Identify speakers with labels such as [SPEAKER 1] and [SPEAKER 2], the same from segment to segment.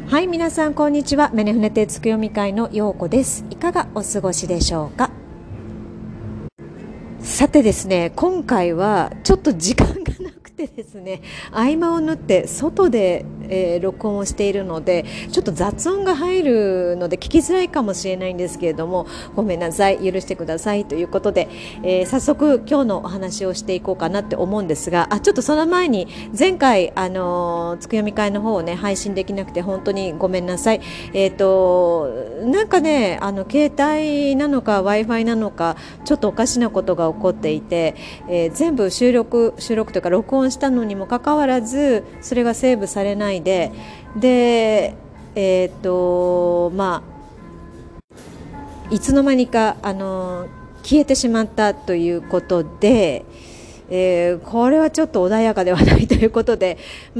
[SPEAKER 1] はい、皆さんこんにちは。メネ船亭つくよみ会のようこです。いかがお過ごしでしょうか。さてですね、今回はちょっと時間がなくてですね、合間を縫って外で、録音をしているので、ちょっと雑音が入るので聞きづらいかもしれないんですけれども、ごめんなさい、許してくださいということで、早速今日のお話をしていこうかなって思うんですが、ちょっとその前に前回つくよみ会の方をね配信できなくて本当にごめんなさい。なんかね、携帯なのか Wi-Fi なのかちょっとおかしなことが起こっていて、全部収録というか録音したのにもかかわらずそれがセーブされないで、いつの間にか消えてしまったということで、これはちょっと穏やかではないということで、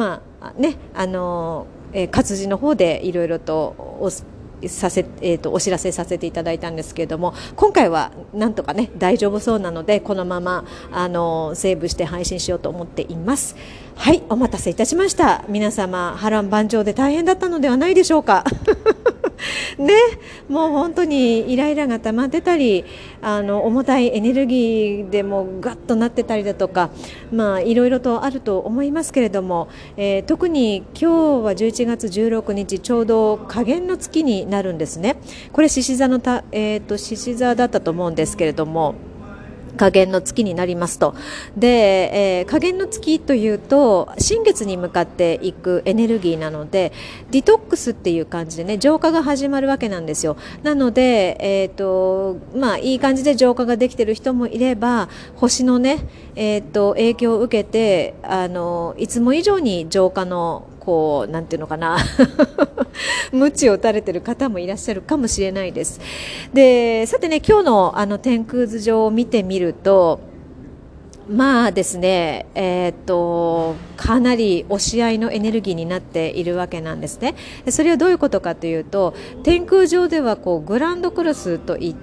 [SPEAKER 1] 活字の方でいろいろとお知らせさせていただいたんですけれども、今回はなんとかね大丈夫そうなのでこのままセーブして配信しようと思っています。はい、お待たせいたしました。皆様波乱万丈で大変だったのではないでしょうかね、もう本当にイライラが溜まってたり、重たいエネルギーでもガッとなってたりだとか、いろいろとあると思いますけれども、特に今日は11月16日ちょうど下弦の月になるんですね。これ獅子座の獅子座だったと思うんですけれども、下弦の月になりますと。で、下弦の月というと新月に向かっていくエネルギーなので、ディトックスっていう感じでね浄化が始まるわけなんですよ。なので、いい感じで浄化ができている人もいれば、星のね、影響を受けていつも以上に浄化のなんていうのかな鞭を打たれている方もいらっしゃるかもしれないです。で、さてね、今日の天空図上を見てみると、ですね、かなり押し合いのエネルギーになっているわけなんですね。それはどういうことかというと、天空上ではグランドクロスといって、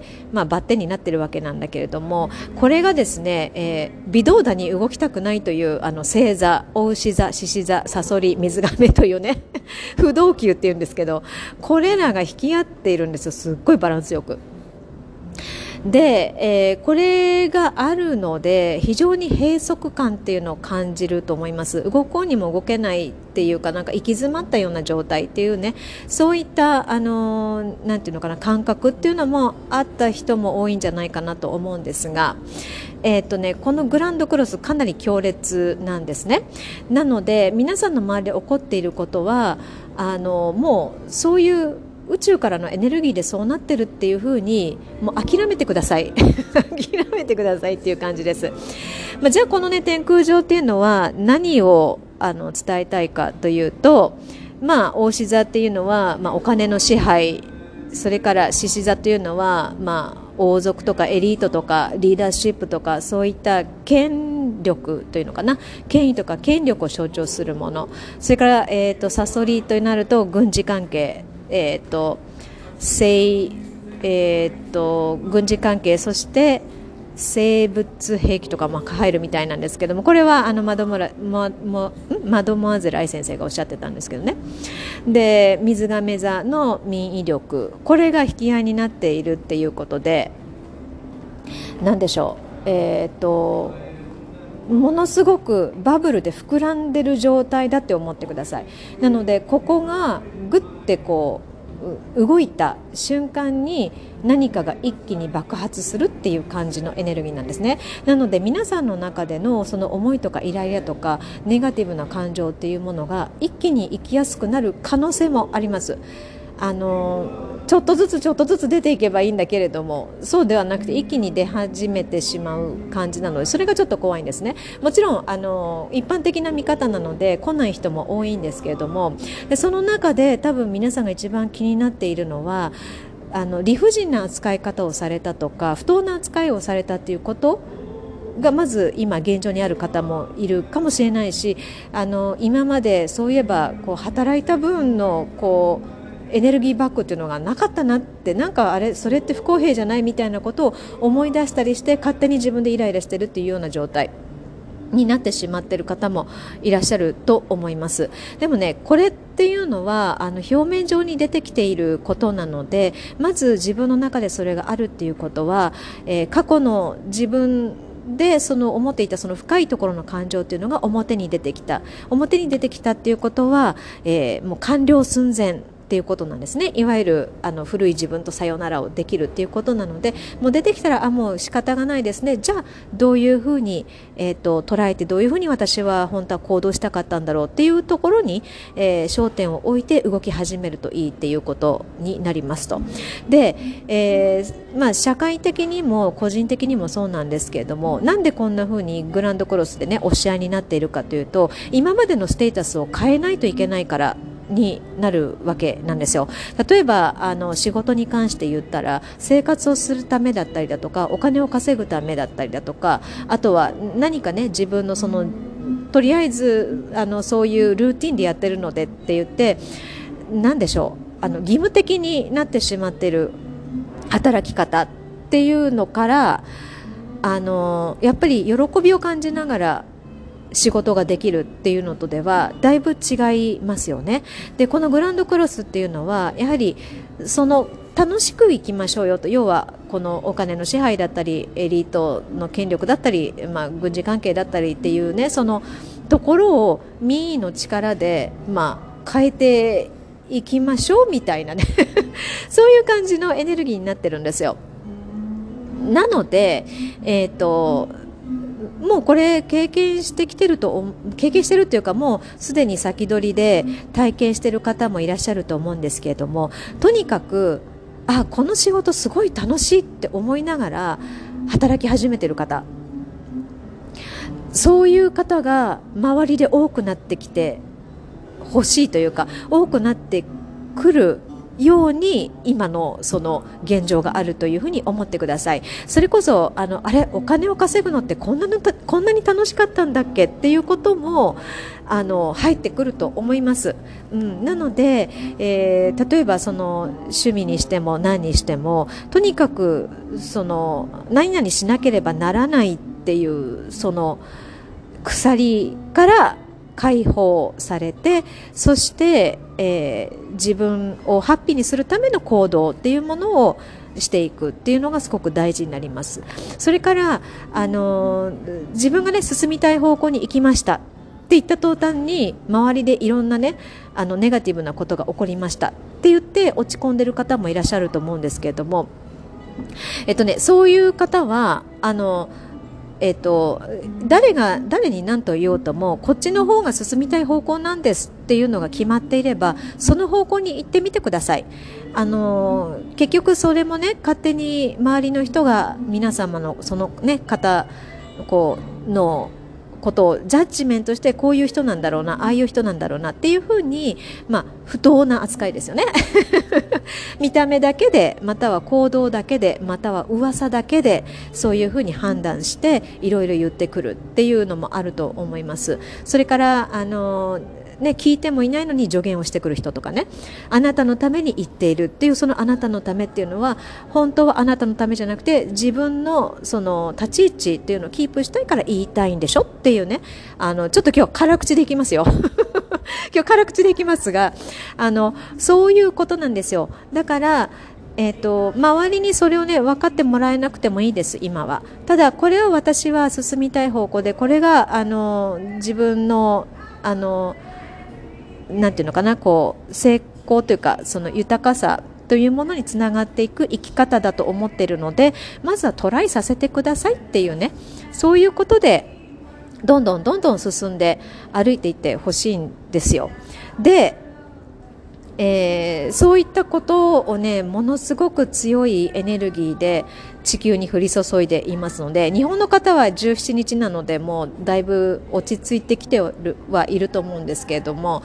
[SPEAKER 1] バッテンになっているわけなんだけれども、これがですね、微動だに動きたくないという星座、お牛座、獅子座、サソリ、水亀というね不動級っていうんですけど、これらが引き合っているんですよ。すっごいバランスよく。で、これがあるので非常に閉塞感っていうのを感じると思います。動こうにも動けないっていうか、なんか行き詰まったような状態っていうね、そういったなんていうのかな、感覚っていうのもあった人も多いんじゃないかなと思うんですが、このグランドクロスかなり強烈なんですね。なので皆さんの周りで起こっていることはもうそういう宇宙からのエネルギーでそうなってるっていう風にもう諦めてください諦めてくださいっていう感じです。じゃあこのね天空上っていうのは何を伝えたいかというと、大牛座っていうのは、お金の支配、それから獅子座というのは、王族とかエリートとかリーダーシップとか、そういった権力というのかな、権威とか権力を象徴するもの。それから、サソリとなると軍事関係、軍事関係、そして生物兵器とかも入るみたいなんですけども、これはマドモアゼル愛先生がおっしゃってたんですけどね。で、水亀座の民意力、これが引き合いになっているっていうことで、なんでしょう、ものすごくバブルで膨らんでる状態だって思ってください。なのでここがグッて動いた瞬間に何かが一気に爆発するっていう感じのエネルギーなんですね。なので皆さんの中でのその思いとかイライラとかネガティブな感情っていうものが一気に生きやすくなる可能性もあります。ちょっとずつ出ていけばいいんだけれども、そうではなくて一気に出始めてしまう感じなので、それがちょっと怖いんですね。もちろん一般的な見方なので来ない人も多いんですけれども、でその中で多分皆さんが一番気になっているのは、理不尽な扱い方をされたとか不当な扱いをされたということがまず今現状にある方もいるかもしれないし、今までそういえば働いた分のエネルギーバックっていうのがなかったなって、なんかそれって不公平じゃないみたいなことを思い出したりして、勝手に自分でイライラしてるっていうような状態になってしまっている方もいらっしゃると思います。でもね、これっていうのは表面上に出てきていることなので、まず自分の中でそれがあるっていうことは、過去の自分でその思っていたその深いところの感情っていうのが表に出てきたっていうことは、もう完了寸前っていうことなんですね。いわゆる古い自分とさよならをできるっていうことなので、もう出てきたらもう仕方がないですね。じゃあどういうふうに、捉えて、どういうふうに私は本当は行動したかったんだろうっていうところに、焦点を置いて動き始めるといいっていうことになりますと。で、社会的にも個人的にもそうなんですけれども、なんでこんなふうにグランドクロスでね押し合いになっているかというと、今までのステータスを変えないといけないからになるわけなんですよ。例えば仕事に関して言ったら、生活をするためだったりだとか、お金を稼ぐためだったりだとか、あとは何かね、自分のとりあえずそういうルーティンでやってるのでって言って、何でしょう、義務的になってしまっている働き方っていうのから、やっぱり喜びを感じながら仕事ができるっていうのとではだいぶ違いますよね。で、このグランドクロスっていうのはやはり楽しく生きましょうよと、要はこのお金の支配だったり、エリートの権力だったり、軍事関係だったりっていうね、そのところを民意の力で、変えていきましょうみたいなねそういう感じのエネルギーになってるんですよ。なので、もうこれ経験してるっていうか、もうすでに先取りで体験している方もいらっしゃると思うんですけれども、とにかくこの仕事すごい楽しいって思いながら働き始めている方、そういう方が周りで多くなってきてほしいというか、多くなってくるように今のその現状があるというふうに思ってください。それこそお金を稼ぐのってこんなに楽しかったんだっけっていうことも入ってくると思います。なので、例えば趣味にしても何にしても、とにかく何々しなければならないっていうその鎖から解放されて、そして、自分をハッピーにするための行動っていうものをしていくっていうのがすごく大事になります。それから、自分がね進みたい方向に行きましたって言った途端に、周りでいろんなねネガティブなことが起こりましたって言って落ち込んでる方もいらっしゃると思うんですけれども、そういう方は誰に何と言おうとも、こっちの方が進みたい方向なんですっていうのが決まっていれば、その方向に行ってみてください。結局それもね、勝手に周りの人が皆様のそのね方のことをジャッジメントして、こういう人なんだろうな、ああいう人なんだろうなっていうふうに、不当な扱いですよね見た目だけで、または行動だけで、または噂だけで、そういうふうに判断していろいろ言ってくるっていうのもあると思います。それから聞いてもいないのに助言をしてくる人とかね、あなたのために言っているっていう、そのあなたのためっていうのは本当はあなたのためじゃなくて、自分のその立ち位置っていうのをキープしたいから言いたいんでしょっていうね、ちょっと今日辛口でいきますよ今日辛口でいきますが、そういうことなんですよ。だから周りにそれをね分かってもらえなくてもいいです、今は。ただこれは私は進みたい方向で、これが自分のなんていうのかな、成功というか、その豊かさというものにつながっていく生き方だと思っているので、まずはトライさせてくださいっていうね、そういうことでどんどん進んで歩いていってほしいんですよ。で、そういったことをね、ものすごく強いエネルギーで地球に降り注いでいますので、日本の方は17日なのでもうだいぶ落ち着いてきてはいると思うんですけれども、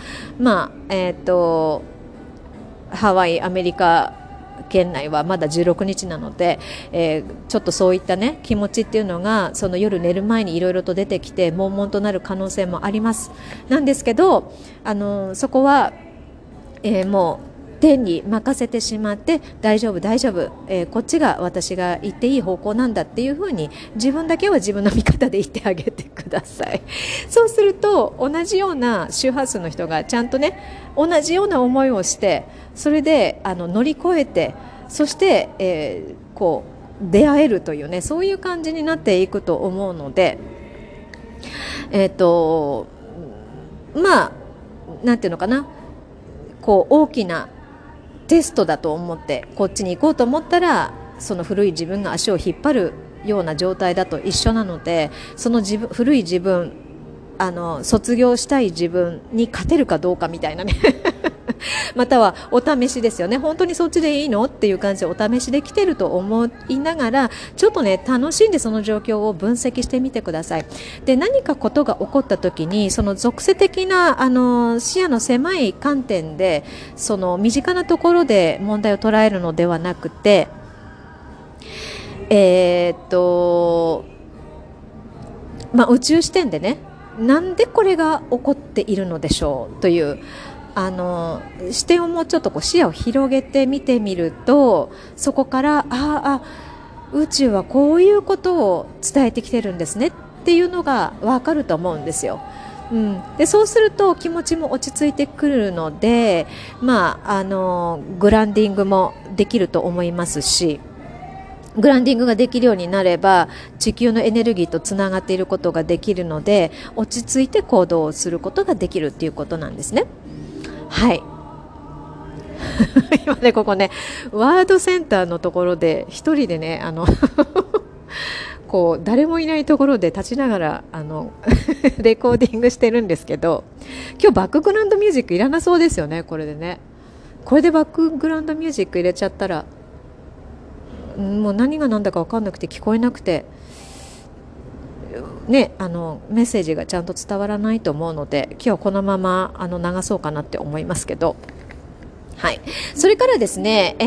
[SPEAKER 1] ハワイ、アメリカ県内はまだ16日なので、ちょっとそういったね気持ちっていうのが、その夜寝る前にいろいろと出てきて悶々となる可能性もあります。なんですけどそこはも天に任せてしまって、大丈夫大丈夫、こっちが私が行っていい方向なんだっていうふうに自分だけは自分の味方で言ってあげてください。そうすると同じような周波数の人がちゃんとね、同じような思いをして、それで乗り越えて、そして、こう出会えるというね、そういう感じになっていくと思うので、まあなんていうのかな、こう大きなテストだと思ってこっちに行こうと思ったら、その古い自分が足を引っ張るような状態だと一緒なので、その古い自分、卒業したい自分に勝てるかどうかみたいなねまたはお試しですよね。本当にそっちでいいのっていう感じでお試しできてると思いながら、ちょっとね楽しんでその状況を分析してみてください。で、何かことが起こった時に、その属性的な視野の狭い観点で、その身近なところで問題を捉えるのではなくて、宇宙視点でね、なんでこれが起こっているのでしょうという視点をもうちょっとこう視野を広げて見てみると、そこから宇宙はこういうことを伝えてきてるんですねっていうのが分かると思うんですよ。でそうすると気持ちも落ち着いてくるので、グランディングもできると思いますし、グランディングができるようになれば地球のエネルギーとつながっていることができるので、落ち着いて行動をすることができるっていうことなんですね。はい今ね、ここねワードセンターのところで一人でねこう誰もいないところで立ちながらレコーディングしてるんですけど、今日バックグラウンドミュージックいらなそうですよね。これでね、これでバックグラウンドミュージック入れちゃったら、もう何が何だか分かんなくて聞こえなくてね、メッセージがちゃんと伝わらないと思うので、今日はこのまま流そうかなって思いますけど、はい。それからですね、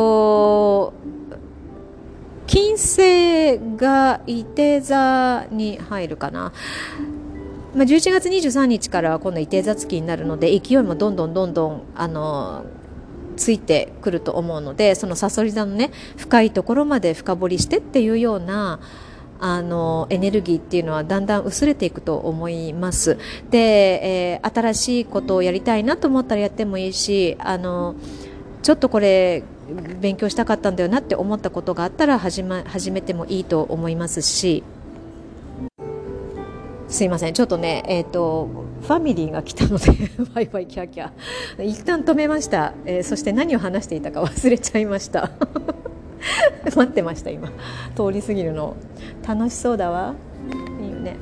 [SPEAKER 1] 金星がいて座に入るかな。11月23日から今度いて座月になるので、勢いもどんどんついてくると思うので、そのさそり座のね深いところまで深掘りしてっていうようなエネルギーっていうのはだんだん薄れていくと思います。で、新しいことをやりたいなと思ったらやってもいいし、ちょっとこれ勉強したかったんだよなって思ったことがあったら始めてもいいと思いますし、すいません、ちょっとね、ファミリーが来たのでワイワイキャーキャー一旦止めました。そして何を話していたか忘れちゃいました待ってました。今通り過ぎるの楽しそうだわ。いいよね。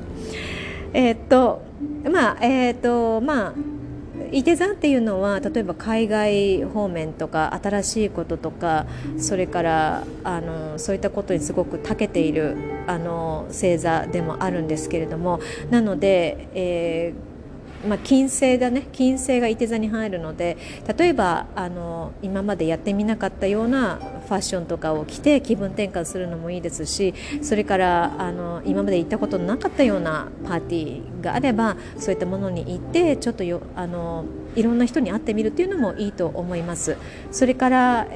[SPEAKER 1] いて座っていうのは、例えば海外方面とか新しいこととか、それからそういったことにすごく長けている星座でもあるんですけれども、なので、金星だね、金星がいて座に入るので、例えば今までやってみなかったようなファッションとかを着て気分転換するのもいいですし、それから今まで行ったことのなかったようなパーティーがあれば、そういったものに行ってちょっといろんな人に会ってみるっていうのもいいと思います。それから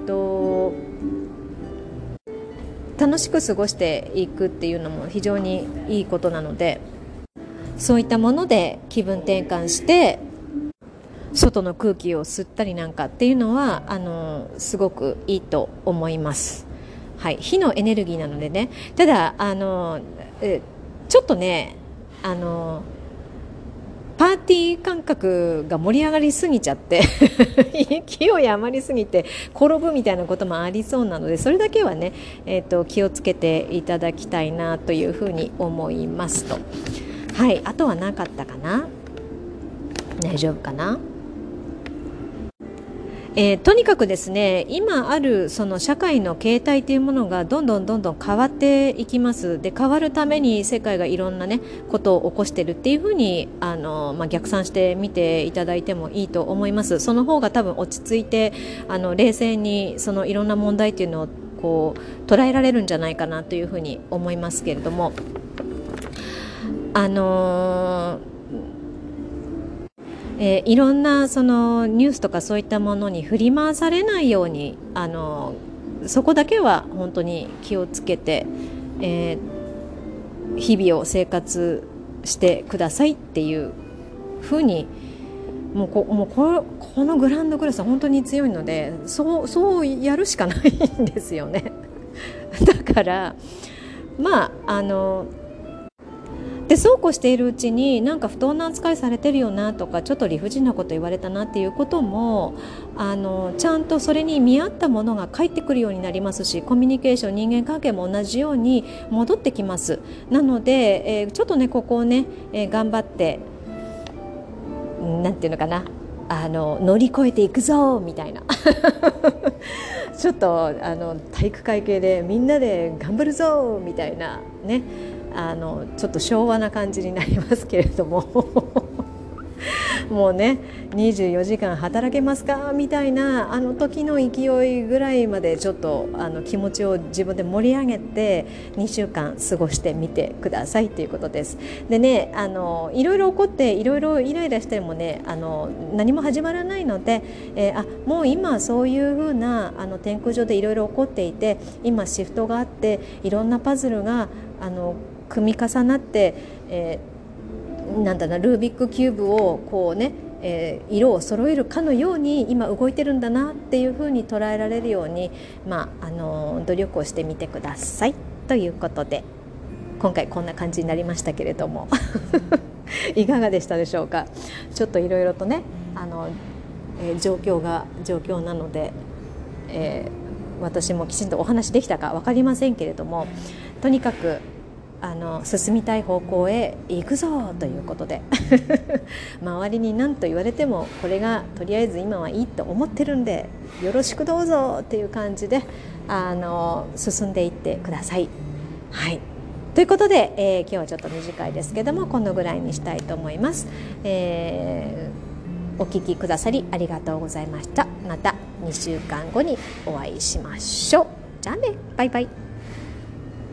[SPEAKER 1] 楽しく過ごしていくっていうのも非常にいいことなので、そういったもので気分転換して外の空気を吸ったりなんかっていうのはすごくいいと思います。はい、火のエネルギーなのでね。ただちょっとねパーティー感覚が盛り上がりすぎちゃって勢い余りすぎて転ぶみたいなこともありそうなので、それだけはね、気をつけていただきたいなというふうに思いますと。はい、あとはなかったかな。大丈夫かな。とにかくですね、今あるその社会の形態というものがどんどん変わっていきます。で、変わるために世界がいろんなねことを起こしているっていうふうに逆算してみていただいてもいいと思います。その方が多分落ち着いて冷静にそのいろんな問題っていうのをこう捉えられるんじゃないかなというふうに思いますけれども、 いろんなそのニュースとかそういったものに振り回されないようにそこだけは本当に気をつけて、日々を生活してくださいっていうふうにもうこのグランドクラスは本当に強いのでそうやるしかないんですよね。だからまあでそうこうしているうちになんか不当な扱いされてるよなとかちょっと理不尽なこと言われたなっていうこともちゃんとそれに見合ったものが返ってくるようになりますし、コミュニケーション人間関係も同じように戻ってきます。なので、ちょっとねここをね、頑張ってなんていうのかな乗り越えていくぞみたいなちょっと体育会系でみんなで頑張るぞみたいなねちょっと昭和な感じになりますけれどももうね24時間働けますかみたいな時の勢いぐらいまでちょっと気持ちを自分で盛り上げて2週間過ごしてみてくださいということです。でねいろいろ起こっていろいろイライラしてもね何も始まらないので、もう今そういう風な天空上でいろいろ起こっていて今シフトがあっていろんなパズルが組み重なって、なんだなルービックキューブをこうね、色を揃えるかのように今動いてるんだなっていうふうに捉えられるように、努力をしてみてくださいということで今回こんな感じになりましたけれどもいかがでしたでしょうか。ちょっといろいろとね状況なので、私もきちんとお話できたか分かりませんけれども、とにかく進みたい方向へ行くぞということで周りに何と言われてもこれがとりあえず今はいいと思ってるんでよろしくどうぞっていう感じで進んでいってください。はい、ということで、今日はちょっと短いですけどもこのぐらいにしたいと思います。お聞きくださりありがとうございました。また2週間後にお会いしましょう。じゃあね、バイバイ。